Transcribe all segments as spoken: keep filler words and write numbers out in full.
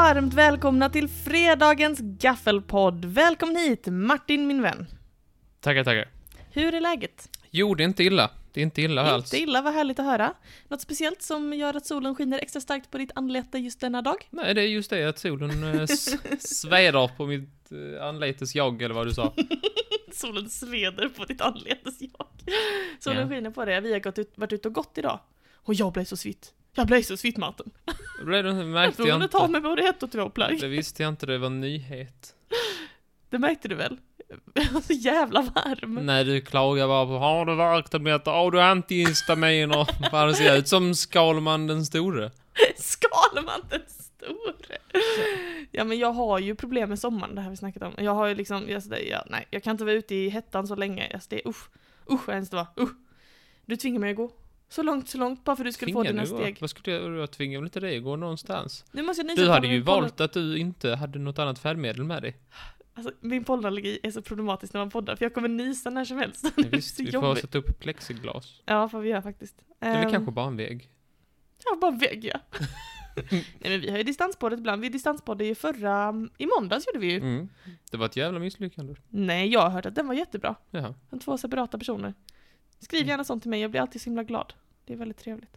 Varmt välkomna till fredagens gaffelpodd. Välkommen hit, Martin, min vän. Tackar, tackar. Hur är läget? Jo, det är inte illa. Det är inte illa inte alls. Inte illa, vad härligt att höra. Något speciellt som gör att solen skiner extra starkt på ditt anlete just denna dag? Nej, det är just det att solen äh, sväder på mitt äh, anletes jag, eller vad du sa. Solen sveder på ditt anletes jag. Solen Ja. skiner på det. Vi har gått ut, varit ute och gått idag. Och jag blev så svitt. Jag blev så svitt, Martin. Det blev det, märkte Jag jag trodde inte. ta mig både ett och två plagg. Det visste jag inte, det var en nyhet. Det märkte du väl? Jag var så jävla varm. Nej, du klagar bara på, har du värktabletter, har du antihistaminer? Bara det ser ut som Skalman den store. Skalman den store. Ja, men jag har ju problem med sommaren, det här vi snackat om. Jag har ju liksom, jag, jag, nej, jag kan inte vara ute i hettan så länge. Jag, det är usch, usch vad hemskt det var. Usch. Du tvingar mig att gå. Så långt, så långt, bara för att du skulle Tvingar få dina du gå? steg. Vad skulle jag, jag tvinga väl inte dig att gå någonstans? Nu måste jag nysa Du på hade min ju pollen. valt att du inte hade något annat färdmedel med dig. Alltså, min pollenallergi är så problematisk när man poddar, för jag kommer nysa när som helst. Ja, visst, så vi får jobbigt. sätta upp plexiglas. Ja, vad vi gör faktiskt. Eller Ehm, kanske bara en vägg. Ja, bara vägg, ja. Nej, men vi har ju distanspoddet ibland. Vi distanspoddade ju förra, i måndags gjorde vi ju. Mm. Det var ett jävla misslyckande. Nej, jag har hört att den var jättebra. Jaha. En två separata personer. Skriv gärna sånt till mig, jag blir alltid så himla glad. Det är väldigt trevligt.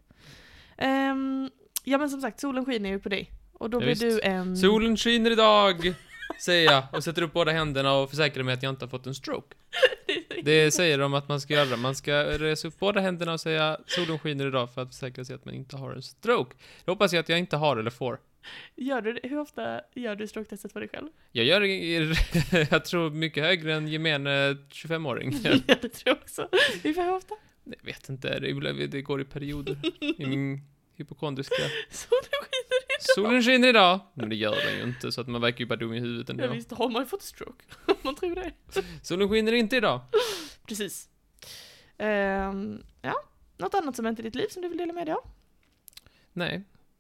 Um, ja, men som sagt, solen skiner ju på dig. Och då Ja, blir visst. du en... Solen skiner idag, säger jag. Och sätter upp båda händerna och försäkrar mig att jag inte har fått en stroke. Det säger de att man ska göra. Man ska resa upp båda händerna och säga solen skiner idag för att försäkra sig att man inte har en stroke. Jag hoppas jag att jag inte har eller får. Gör du det? Hur ofta gör du stroke-testet för dig själv? Jag gör det, jag tror mycket högre än gemene tjugofem-åring. Ja, det tror jag också. Hur ofta? Jag vet inte, det, det går i perioder. I min hypokondriska. Solen skiner idag. Solen skiner idag. Men det gör den ju inte, så att man verkar ju bara dum i huvudet ändå. Ja, visst har man ju fått stroke. Man tror det. Solen skiner inte idag. Precis. Um, ja, något annat som hänt i ditt liv som du vill dela med dig av? Nej.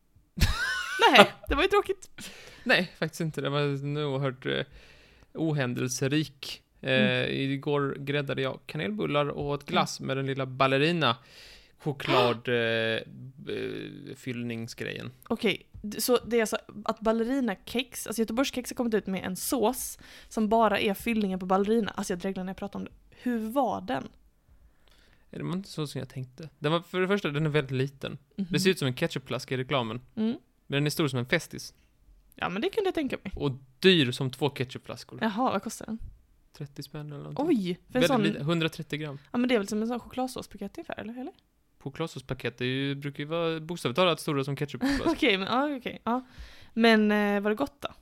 Nej, det var ju tråkigt. Nej, faktiskt inte. Det var en oerhört eh, ohändelserik. Eh, Mm. Igår gräddade jag kanelbullar och åt glass med den lilla ballerina choklad eh, eh, fyllningsgrejen. Okej, d- så det är alltså att ballerinakex, alltså Göteborgskex har kommit ut med en sås som bara är fyllningen på ballerina. Alltså jag dreglar när jag pratar om det. Hur var den? Det var inte så som jag tänkte. Den var, för det första, den är väldigt liten. Mhm. Det ser ut som en ketchupflaska i reklamen. Mm. Men den är stor som en Festis. Ja, men det kunde jag tänka mig. Och dyr som två ketchupflaskor. Jaha, vad kostar den? trettio spänn eller någonting. Oj, för en Väldigt sån... lite, hundratrettio gram. Ja, men det är väl som en sån chokladsåspaket ungefär, eller? eller? Chokladsåspaket, det är ju, brukar ju vara bokstavligt talat stora som ketchupflaskor. Okej, men ja, okej. Ja. Men eh, var det gott då?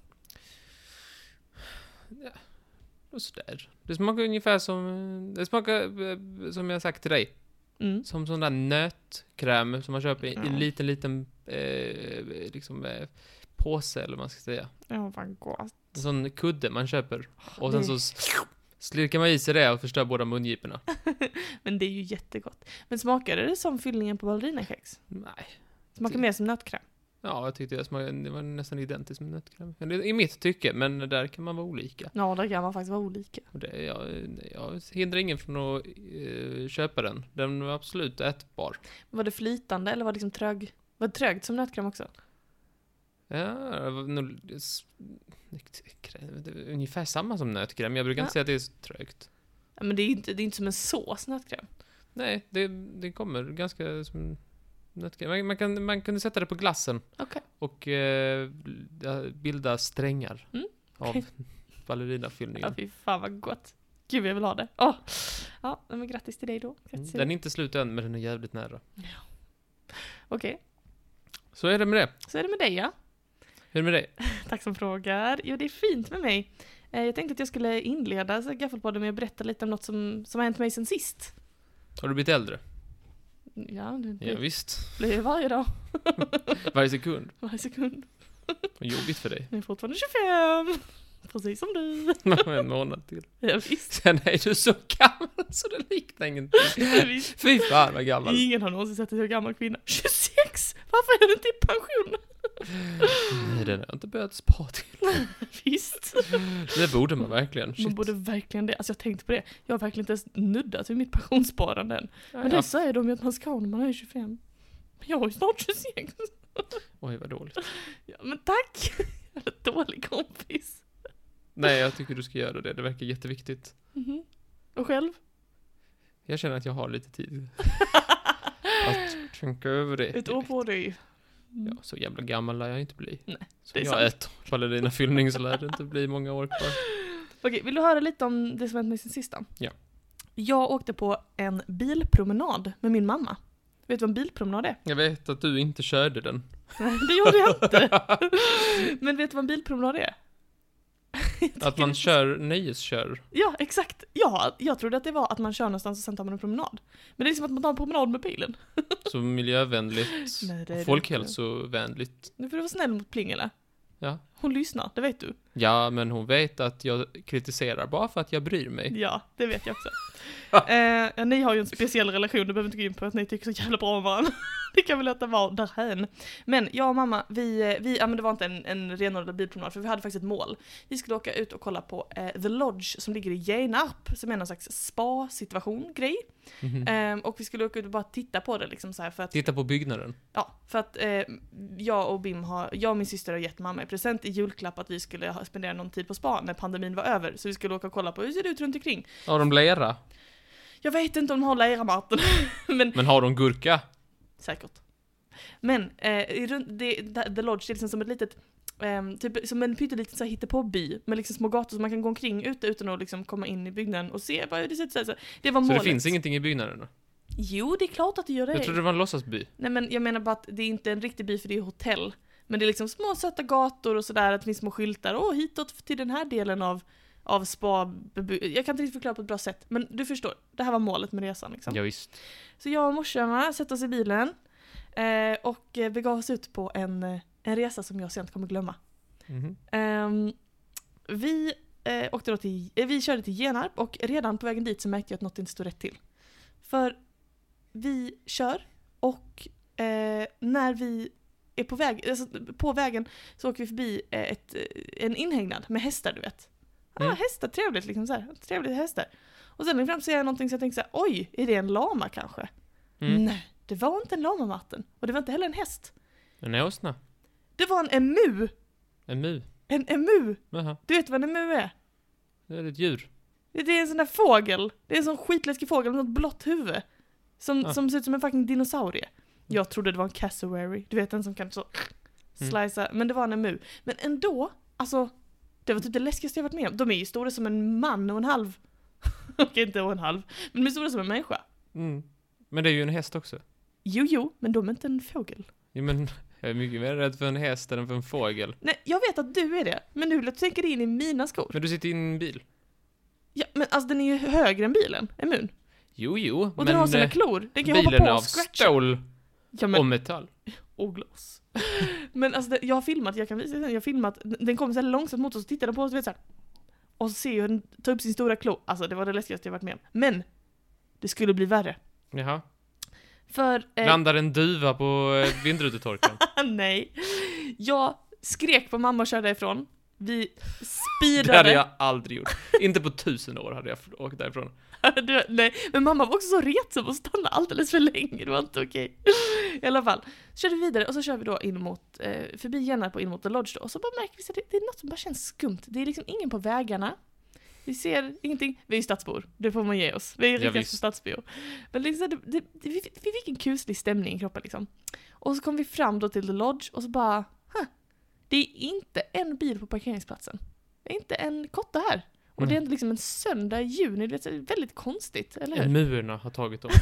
Och sådär. Det smakar ungefär som, det smakar eh, som jag sagt till dig. Mm. Som sån där nötkräm som man köper i Ja. en liten, liten eh, liksom eh, påse eller vad man ska säga. Ja, vad gott. En sån kudde man köper. Och sen Det- så s- slirkar man i sig det och förstör båda mungiporna. Men det är ju jättegott. Men smakade det som fyllningen på ballerinakex? Nej. Smakar mer som nötkräm. Ja, jag tyckte det smakade, det var nästan identiskt med nötkräm. Men det- I mitt tycke, men där kan man vara olika. Ja, där kan man faktiskt vara olika. Och det, jag, jag hindrar ingen från att eh, köpa den. Den var absolut ätbar. Var det flytande eller var det liksom trög? Var det trögt som nötkräm också? Ja, det var nog, det, s- det är ungefär samma som nötkräm. Jag brukar Ja. inte säga att det är så trögt. Ja, men det är ju inte, det är inte som en sås nötkräm. Nej, det, det kommer ganska som nötkräm. Man, man, kan, man kunde sätta det på glassen Okej. och eh, bilda strängar Mm, av okej. ballerinafyllningen. Ja, fy fan vad gott. Gud, jag vill ha det. Åh. Ja, men grattis till dig då. Grattis Mm, till den är dig. inte slut än, men den är jävligt nära. Okej, Så är det med det. så är det med dig, ja. Hur är det med dig? Tack som frågar. Jo, det är fint med mig. Eh, Jag tänkte att jag skulle inleda så Gaffelpodden med att berätta lite om något som, som har hänt mig sen sist. Har du blivit äldre? Ja, det Ja, blir, visst. blir varje dag, Varje sekund. varje sekund. Vad jobbigt för dig. Jag är fortfarande tjugofem. Precis som du. En månad till. Ja, visst. Sen är du så gammal så det liknar ingenting. Ja, visst. Fy fan vad gammal. Ingen har någonsin sett en så gammal kvinna. tjugosex! Varför är du inte i pension? Nej, den har jag inte börjat spara till. Visst. Det borde man verkligen. Shit. Man borde verkligen det. Alltså jag tänkte på det. Jag har verkligen inte ens nuddat vid mitt pensionssparande än. Men ja. det säger de ju att man ska när man är tjugofem. Men jag är ju snart tjugosex. Oj, vad dåligt. Ja, men tack. Eller dålig kompis. Nej, jag tycker du ska göra det. Det verkar jätteviktigt. Mm-hmm. Och själv? Jag känner att jag har lite tid. Att tänka över det. Ett år på dig. Mm. Ja, så jävla gammal lär jag inte bli. Nej, så det är jag sant. äter ballerina-fyllning så lär det inte bli många år kvar. Okej, vill du höra lite om det som hänt mig sen sista? Ja. Jag åkte på en bilpromenad med min mamma. Vet du vad en bilpromenad är? Jag vet att du inte körde den. Nej, det gjorde jag inte. Men vet du vad en bilpromenad är? Att man kör, nöjeskör. Ja, exakt. Ja, jag trodde att det var att man kör någonstans och sen tar man en promenad. Men det är liksom att man tar en promenad med bilen. Så miljövänligt. Nej, det är och folkhälsovänligt. Nu får du vara snäll mot Pling, eller? Ja. Hon lyssnar, det vet du. Ja, men hon vet att jag kritiserar bara för att jag bryr mig. Ja, det vet jag också. eh, ja, ni har ju en speciell relation, du behöver inte gå in på att ni tycker så jävla bra om varandra. Det kan vi låta vara därhän. Men jag och mamma, vi, vi ja, men det var inte en, en renodlad bilpromenad, för vi hade faktiskt ett mål. Vi skulle åka ut och kolla på eh, The Lodge som ligger i Genarp, som är någon slags spa-situation, grej. Mm-hmm. Eh, och vi skulle åka ut och bara titta på det liksom så här för att... Titta på byggnaden. Ja, för att eh, jag och Bim har, jag och min syster har gett mamma i present i julklapp att vi skulle ha, spendera någon tid på spa när pandemin var över. Så vi skulle åka och kolla på hur ser det ut runt omkring. Har de lera? Jag vet inte om de har lera-maten. men, Men har de gurka? säkert. Men eh, i runt, det, The Lodge är liksom som ett litet, eh, typ som en pytteliten så här hittepå-by med liksom små gator som man kan gå omkring ute utan att liksom komma in i byggnaden och se vad det ser ut. Så det var Så målet. det finns ingenting i byggnaden då? Jo, det är klart att det gör det. Jag trodde det var en låtsasby. Nej, men jag menar bara att det är inte en riktig by för det är hotell. Men det är liksom små söta gator och sådär, att det finns små skyltar. Åh, hitåt till den här delen av, av spa. Jag kan inte riktigt förklara på ett bra sätt. Men du förstår, det här var målet med resan liksom. Ja, visst. Så jag och morsan sätter oss i bilen eh, och begav oss ut på en, en resa som jag sent kommer glömma. Mm-hmm. Eh, vi, eh, åkte då till, eh, vi körde till Genarp och redan på vägen dit så märkte jag att något inte stod rätt till. För vi kör och eh, när vi är på väg, alltså på vägen så åker vi förbi eh, ett, en inhägnad med hästar, du vet. Ah, Mm. hästar, trevligt liksom så här. Trevligt hästar. Och sen fram så ser jag någonting så jag tänkte så här, oj, är det en lama kanske? Mm. Nej, det var inte en lama, Martin. Och det var inte heller en häst. En åsna. Det var en emu. En mu. En emu. Jaha. Du vet vad en emu är? Det är ett djur. Det är en sån där fågel. Det är en sån skitläskig fågel med något blått huvud. Som, Ah. som ser ut som en fucking dinosaurie. Jag trodde det var en cassowary. Du vet, den som kan så slicea. Men det var en emu. Men ändå, alltså, det var typ det läskigaste jag varit med om. De är ju stora som en man och en halv. Okej, inte och en halv. Men de är stora som en människa. Mm. Men det är ju en häst också. Jo, jo, men de är inte en fågel. Jo, men jag är mycket mer rädd för en häst än för en fågel. Nej, jag vet att du är det. Men nu vill jag tänka dig in i mina skor. Men du sitter i en bil. Ja, men alltså den är ju högre än bilen, emun. Jo, jo. Och men den har sina eh, klor. Den kan hoppa bilen på är av och scratcha. stål Ja, men, och metall. och glas. Men alltså, det, jag har filmat, jag kan visa den, jag har filmat, den kommer så här långsamt mot oss och tittar på oss, vet så här. Och så ser jag den ta upp sin stora klo. Alltså, det var det läskigaste jag varit med om. Men, det skulle bli värre. Jaha. För, eh, Landar en duva på eh, vindrutetorkaren. nej. Jag skrek på mamma och körde ifrån. Vi Det speedade. hade jag aldrig gjort. Inte på tusen år hade jag åkt därifrån. du, nej, men mamma var också så retsam och stannade alldeles för länge. Det var inte okej. I alla fall. Så körde vi vidare och så kör vi då in mot, eh, förbi Genarp och in mot The Lodge då. Och så bara märker vi att det, det är något som bara känns skumt. Det är liksom ingen på vägarna. Vi ser ingenting. Vi är stadsbor. Det får man ge oss. Vi är Ja, riktigt visst. stadsbor. Men liksom, det, det, det, vi, vi fick en kuslig stämning i kroppen liksom. Och så kom vi fram då till The Lodge och så bara, huh, det är inte en bil på parkeringsplatsen. Det är inte en kotte här. Och Mm. det är ändå liksom en söndag i juni. Det är väldigt konstigt, eller hur? Murarna har tagit dem.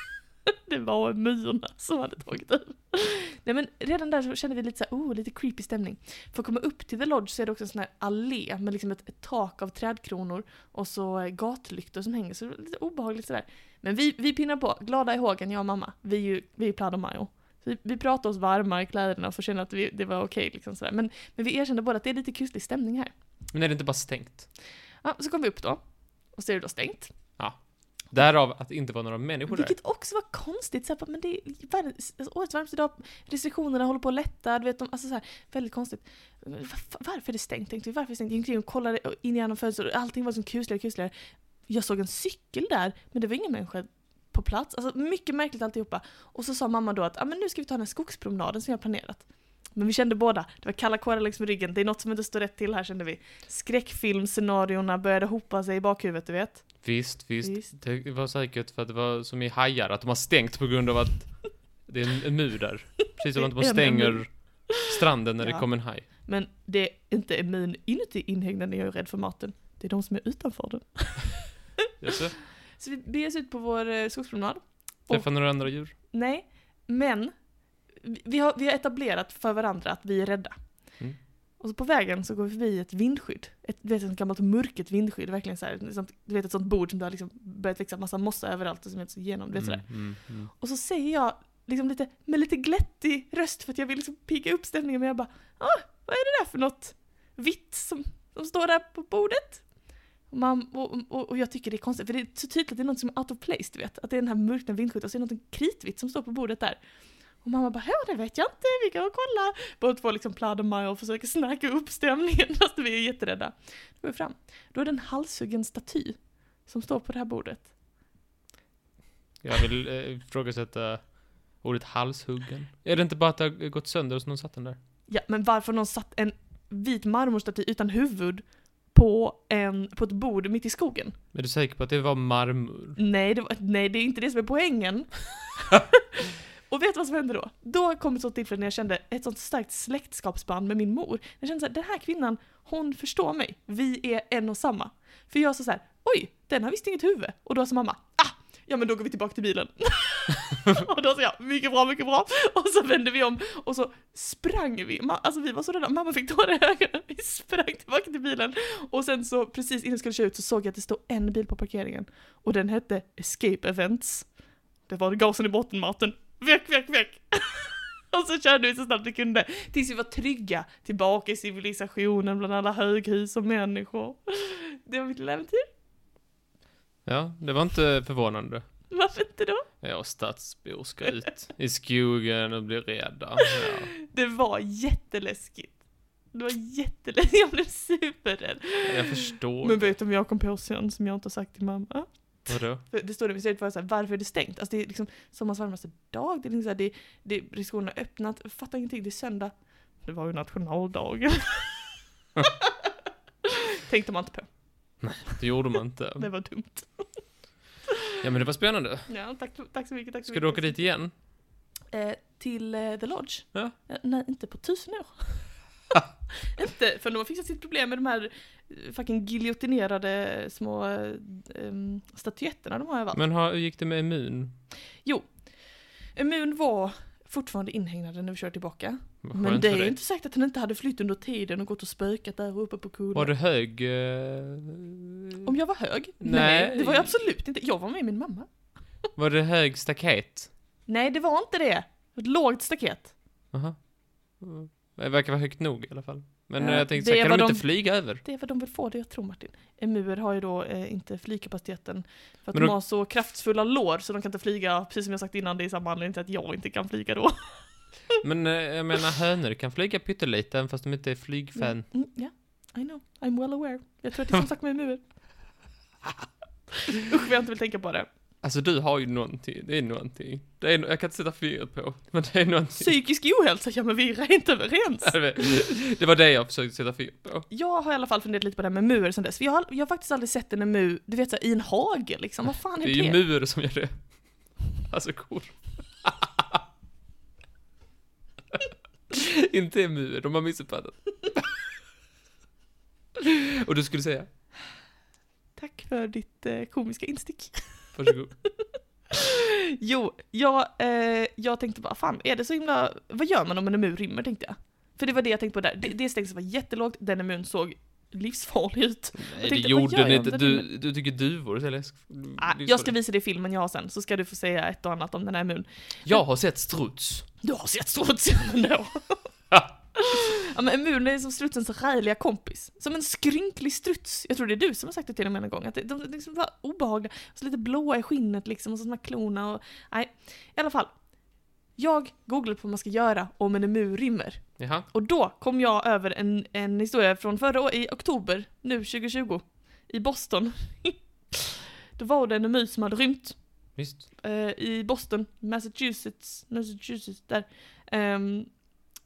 Det var myrorna som hade tagit över. Nej, men redan där så kände vi lite så här, oh, lite creepy stämning. För att komma upp till The Lodge så är det också en sån här allé med liksom ett, ett tak av trädkronor och så gatlyktor som hänger. Så det är lite obehagligt sådär. Men vi, vi pinnar på, glada i hågen, jag och mamma. Vi är ju vi är Plado Mayo. Så vi, vi pratade oss varma i kläderna och så kände att vi, det var okej. Liksom sådär. Men, men vi erkände båda att det är lite kuslig stämning här. Men är det inte bara stängt? Ja, så kom vi upp då. Och så är det då stängt. Därav att det inte var några människor där. Vilket också var konstigt. Så här, men det är världens, alltså, årets varmaste dag. Restriktionerna håller på att lätta. Du vet, de, alltså så här, väldigt konstigt. Var, varför är det stängt? Tänkte vi. Varför är det stängt? Jag gick omkring och kollade in genom fönstret. Allting var som kusligare och kusligare. Jag såg en cykel där. Men det var ingen människa på plats. Alltså mycket märkligt alltihopa. Och så sa mamma då att ah, men nu ska vi ta den här skogspromenaden som jag har planerat. Men vi kände båda, det var kalla kårar längs med ryggen. Det är något som inte står rätt till här, kände vi. Skräckfilmscenariorna började hopa sig i bakhuvudet, du vet. Visst, visst, visst. Det var säkert för att det var som i hajar, att de har stängt på grund av att det är en, en mur där. Precis som att de stänger stranden när ja. det kommer en haj. Men det är inte immun inuti inhägnaden, jag är rädd för maten. Det är de som är utanför den. Just Så vi beger oss ut på vår eh, skogspromenad. Träffar några andra djur? Nej, men vi har, vi har etablerat för varandra att vi är rädda. Mm. Och så på vägen så går vi förbi ett vindskydd. Ett, du vet, ett gammalt mörket vindskydd. Verkligen så här, sånt, du vet, ett sånt bord som det har liksom börjat växa massa mossa överallt och som är så igenom. Du vet, mm, sådär. Mm, mm. Och så säger jag liksom lite, med lite glättig röst för att jag vill liksom pigga upp stämningen. Men jag bara, ah, vad är det där för något vitt som, som står där på bordet? Och, man, och, och, och jag tycker det är konstigt, för det är så tydligt att det är något som är out of place, du vet. Att det är den här mörkna vindskjutet och så är det något kritvitt som står på bordet där. Och mamma bara, ja det vet jag inte, vi kan kolla. Båda två liksom pladdar mig och försöker snacka upp stämningen fast vi är jätterädda. Då går vi fram. Då är det en halshuggen staty som står på det här bordet. Jag vill eh, ifrågasätta ordet halshuggen. Är det inte bara att det har gått sönder och så någon satt den där? Ja, men varför någon satt en vit marmorstaty utan huvud på, en, på ett bord mitt i skogen? Är du säker på att det var marmor? Nej, det, var, nej, det är inte det som är poängen. Och vet du vad som hände då? Då kom ett sånt tillfälle när jag kände ett sånt starkt släktskapsband med min mor. Jag kände så här, den här kvinnan, hon förstår mig. Vi är en och samma. För jag sa så här, oj, den har visst inget huvud. Och då sa mamma, ah, ja men då går vi tillbaka till bilen. Och då sa jag, mycket bra, mycket bra. Och så vände vi om och så sprang vi. Alltså vi var så rädda, mamma fick tårar i ögonen. Vi sprang tillbaka till bilen. Och sen så precis innan jag skulle köra ut så såg jag att det stod en bil på parkeringen. Och den hette Escape Events. Det var gasen i botten, Martin. Väck, väck, väck. Och så körde vi så snabbt vi kunde. Tills vi var trygga tillbaka i civilisationen bland alla höghus och människor. Det var mitt lilla äventyr. Ja, det var inte förvånande. Varför inte då? Ja, stadsbor ska ut i skogen och bli rädda. Ja. Det var jätteläskigt. Det var jätteläskigt. Jag blev superrädd. Jag förstår. Men vet du om jag kom på sen som jag inte har sagt till mamma? Vadå? Det står det vid för så här, varför är det stängt? Alltså det är liksom sommarens varmaste dag. Det är liksom så här, det, det, riksskolan har öppnat. Jag fattar ingenting, det är söndag. Det var ju nationaldagen. Tänkte man inte på. Nej, det gjorde man inte. Det var dumt. Ja, men det var spännande. Ja, tack, tack så mycket. Tack så Ska mycket. du åka dit igen? Eh, till eh, The Lodge? Ja. Eh, nej, inte på tusen år. Inte, för de har fixat sitt problem med de här fucking giljotinerade små um, statyetterna de har överallt. Men hur gick det med Immun? Jo, Immun var fortfarande inhägnad när vi körde tillbaka. Vad Men det är ju inte sagt att han inte hade flytt under tiden och gått och spökat där uppe på kullen. Var du hög? Eh... Om jag var hög? Nej. Nej, det var jag absolut inte. Jag var med min mamma. Var det hög staket? Nej, det var inte det. Ett lågt staket. Aha. Det verkar vara högt nog i alla fall. Men Ja, jag tänkte, det så är kan de vad inte de- flyga över? Det är vad de vill få, det jag tror Martin. Emuer har ju då eh, inte flygkapaciteten för att Men de då- har så kraftfulla lår så de kan inte flyga, precis som jag sagt innan, det är samma anledning till att jag inte kan flyga då. Men eh, jag menar, hönor kan flyga pyttelite även fast de inte är flygfan. Mm, ja, I know. I'm well aware. Jag tror att det är som sagt med emuer. Usch, vad jag inte vill tänka på det. Alltså du har ju någonting, det är någonting. Det är, no- jag kan inte sätta fingret på, men det är någonting. Psykisk ohälsa, ja men vi är inte överens. Det var det jag försökte sätta fingret på. Jag har i alla fall funderat lite på det här med emuer sen dess. För jag har, jag har faktiskt aldrig sett en emu, du vet så här, i en hage liksom. Vad fan är Det det? är ju murer som gör det. Alltså kor. Inte emuer, de har missuppfattat. Och du skulle säga? Tack för ditt eh, komiska instick. Varsågod. Jo, jag, eh, jag tänkte bara, fan, är det så himla... Vad gör man om en emur rymmer, tänkte jag. För det var det jag tänkte på där. Det, det stängseln var jättelågt, den emun såg livsfarlig ut. Nej, tänkte, det vad gjorde gör den jag inte. om den Du, du tycker duvor är läsk... Ah, jag ska visa dig filmen jag har sen, så ska du få säga ett och annat om den här emun. Jag har sett struts. Du har sett struts ändå. Ja, men emun är som strutsens räliga kompis. Som en skrynklig struts. Jag tror det är du som har sagt det till mig en gång. Att det, de de liksom var obehagliga. Så lite blåa i skinnet liksom. Och så såna klorna och... Nej, i alla fall. Jag googlade på vad man ska göra om en emur rymmer. Jaha. Och då kom jag över en, en historia från förra året, i oktober, nu tjugo tjugo. I Boston. Då var det en emur som hade rymt. Visst. Eh, I Boston, Massachusetts. Massachusetts, där. Ehm,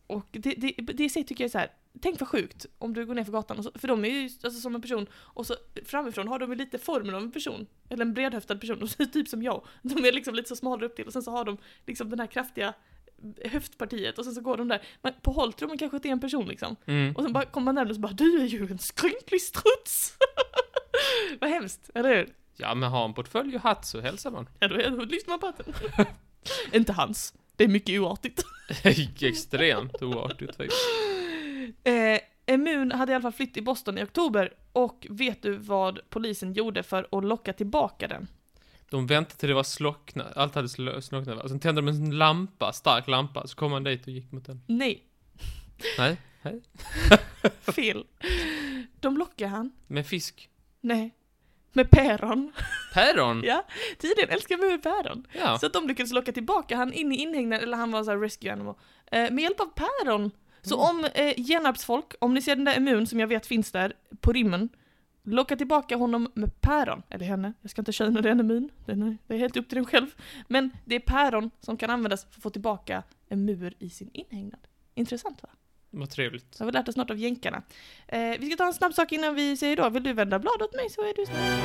Och det, det, det tycker jag är så här. Tänk vad sjukt om du går ner för gatan. Och så, för de är ju alltså, som en person. Och så framifrån har de ju lite formen av en person. Eller en bredhöftad person. Och så är typ som jag. De är liksom lite så smalare upp till. Och sen så har de liksom den här kraftiga höftpartiet. Och sen så går de där. Men på håll tror man kanske att det är en person liksom. Mm. Och sen bara kommer man närmare och så bara, du är ju en skrynklig struts. Vad hemskt, eller hur? Ja, men har en portfölj och hatt så hälsar man. Ja, då, då lyssnar man på hatten. Inte hans. Det är mycket oartigt. Extremt oartigt faktiskt. Eh, Emun hade i alla fall flytt i Boston i oktober. Och vet du vad polisen gjorde för att locka tillbaka den? De väntade till det var slocknat. Allt hade sl- slocknat. Och sen tände de en lampa, stark lampa. Så kom man dit och gick mot den. Nej. Nej, nej. Fel. De lockade han. Med fisk? Nej. Med päron. Päron? Ja, tydligen älskar man med päron. Ja. Så att de lyckades locka tillbaka han in i inhägnad, eller han var så här rescue animal. Eh, med hjälp av päron. Så mm. om eh, Genarpsfolk, om ni ser den där Emun som jag vet finns där på rimmen, locka tillbaka honom med päron. Eller henne, jag ska inte köna den Emun. Den är, det är helt upp till den själv. Men det är päron som kan användas för att få tillbaka en mur i sin inhägnad. Intressant va? Vad trevligt. Så har vi lärt oss något av jänkarna. Eh, vi ska ta en snabb sak innan vi säger då. Vill du vända blad åt mig så är du snäll.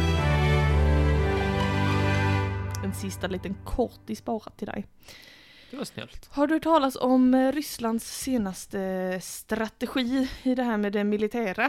En sista liten kort i sparat till dig. Det var snällt. Har du hört talas om eh, Rysslands senaste strategi i det här med det militära?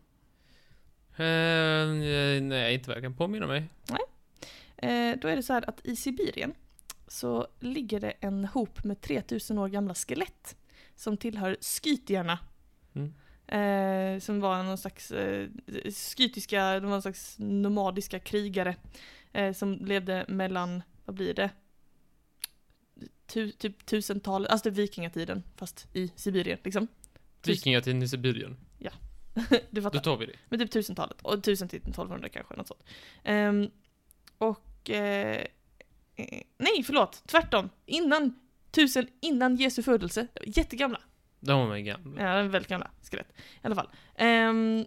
Eh, nej, inte vad jag kan påminna mig. Nej. Eh, då är det så här att i Sibirien så ligger det en hop med tre tusen år gamla skelett som tillhör skytierna. Mm. Eh, som var någon slags eh, skytiska, de var någon slags nomadiska krigare eh, som levde mellan, vad blir det? Tu, typ tusentalet, alltså det är vikingatiden fast i Sibirien liksom. Vikingatiden i Sibirien? Ja. Du fattar. Då tar vi det. Men typ tusentalet, och tusen till tolvhundra kanske, något sånt. Eh, och eh, nej, förlåt, tvärtom. Innan tusen, innan Jesu födelse. Jättegamla. De var gamla. Ja, väldigt gamla skelett. I alla fall. Um,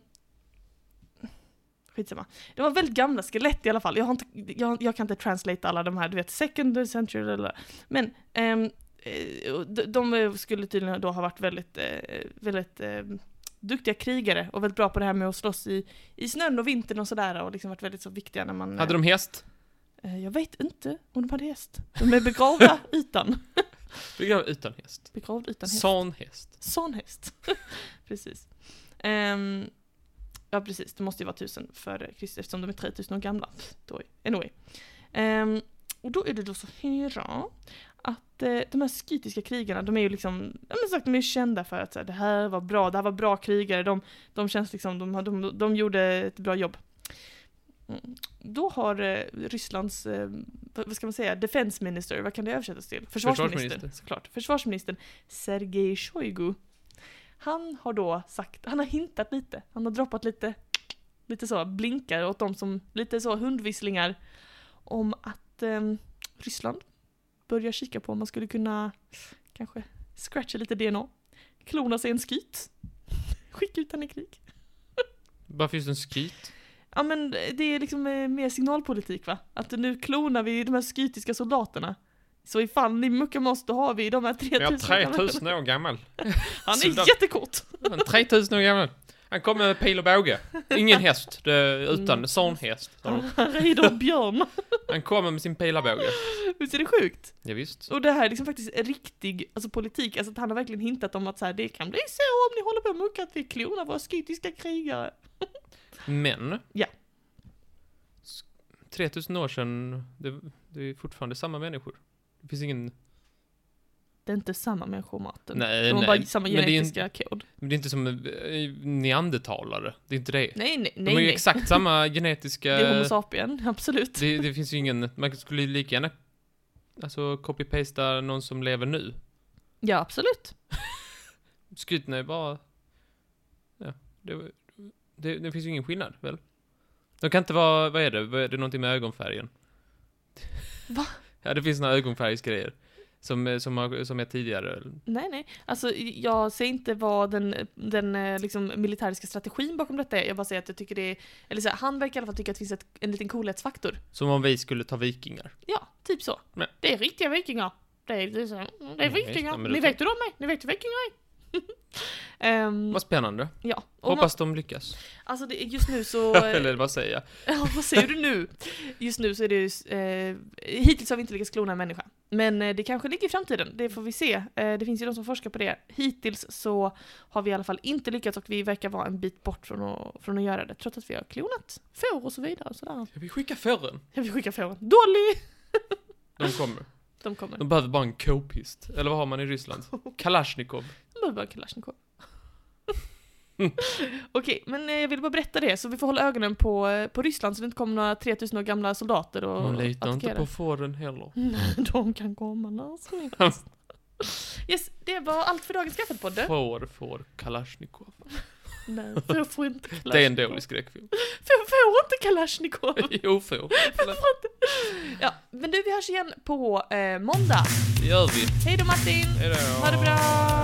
skitsamma. Det var väldigt gamla skelett i alla fall. Jag, har inte, jag, jag kan inte translate alla de här, du vet, second century eller. Men um, de, de skulle tydligen då ha varit väldigt, väldigt um, duktiga krigare och väldigt bra på det här med att slåss i, i snön och vintern och sådär och liksom varit väldigt så viktiga när man... Hade de häst? Jag vet inte om de hade häst. De är begravda utan. Begravda utan häst. Begravda utan häst. Sån häst. Sån häst. Precis. Um, ja, precis. Det måste ju vara tusen före Kristus eftersom de är tre tusen år gamla. Då, anyway. Um, och då är det då så här att uh, de här skytiska krigarna, de är ju liksom, ja men sagt, de är kända för att så här, det här var bra, det här var bra krigare. De, de känns liksom, de, de, de gjorde ett bra jobb. Mm. Då har eh, Rysslands, eh, vad ska man säga, defense minister, vad kan det översättas till? Försvarsminister, Försvarsminister. såklart. Försvarsministern Sergej Shoigu. Han har då sagt, han har hintat lite, han har droppat lite, lite så blinkar åt dem som, lite så hundvisslingar om att eh, Ryssland börjar kika på om man skulle kunna kanske scratcha lite D N A, klona sig en skyt, skicka ut den i krig. Varför finns det en skyt? Ja, men det är liksom mer signalpolitik va? Att nu klonar vi de här skytiska soldaterna. Så ifall ni mycket måste ha vi de här tre tusen. Jag är tre tusen år gammal. Han är Soldat. Jättekort. Han är tre tusen år gammal. Han kommer med pil och båge. Ingen häst, det, utan mm. sån häst. Han, han rider björn. Han kommer med sin pil och båge. Visst är det sjukt? Ja, visst. Och det här är liksom faktiskt riktig alltså politik. Alltså att han har verkligen hintat om att så här, det kan bli så om ni håller på att mucka att vi klonar våra skytiska krigare. Men ja. tre tusen år sedan det, det är fortfarande samma människor. Det finns ingen... Det är inte samma människor, Martin. Nej, de har nej. bara samma genetiska men det är, kod. Men det är inte som neandertalare. Det är inte det. Nej, nej, De nej. har ju nej. exakt samma genetiska... Det är homo sapien, absolut. Det, det finns ju ingen... Man skulle lika gärna alltså copy-pasta någon som lever nu. Ja, absolut. Skytten är bara... Ja, det, det, det finns ju ingen skillnad, väl? De kan inte vara... Vad är det? Vad är det någonting med ögonfärgen? Va? Ja, det finns några ögonfärgsgrejer. Som, som, som är tidigare. Nej, nej. Alltså, jag ser inte vad den, den liksom, militäriska strategin bakom detta är. Jag bara säger att jag tycker det är... Eller så här, han verkar i alla fall tycka att det finns ett, en liten coolhetsfaktor. Som om vi skulle ta vikingar. Ja, typ så. Nej. Det är riktiga vikingar. Det är, det är, så, det är vikingar. Ja, Ni vet hur de är. Ni vet hur vikingar är. um, Vad spännande. Ja. Och Hoppas man, de lyckas. alltså det, just nu så... Eller vad säger jag? Ja, vad säger du nu? Just nu så är det ju... Eh, hittills har vi inte lyckats klona en människa. Men eh, det kanske ligger i framtiden. Det får vi se. Eh, det finns ju de som forskar på det. Hittills så har vi i alla fall inte lyckats och vi verkar vara en bit bort från att, från att göra det. Trots att vi har klonat får och så vidare. Och sådär. Ja, vi skickar fåren. Ja, vi skickar fåren. Dolly! De kommer. De kommer. De behöver bara en k-pist. Eller vad har man i Ryssland? Kalashnikov. De behöver bara en Kalashnikov. Okej, okay, men jag vill bara berätta det så vi får hålla ögonen på, på Ryssland så det inte kommer några tretusen år gamla soldater och Man litar attackera. inte på fåren heller. Nej, de kan komma när som helst. Yes, det var allt för dagens Kaffetpodden. Får, får Kalashnikov. Nej, får, får inte Kalashnikov. Det är en dålig skräckfilm. Får, får inte Kalashnikov. Jo, får. Ja, men du, vi hörs igen på eh, måndag. Det gör vi. Hej då Martin. Hej då. Ha det bra.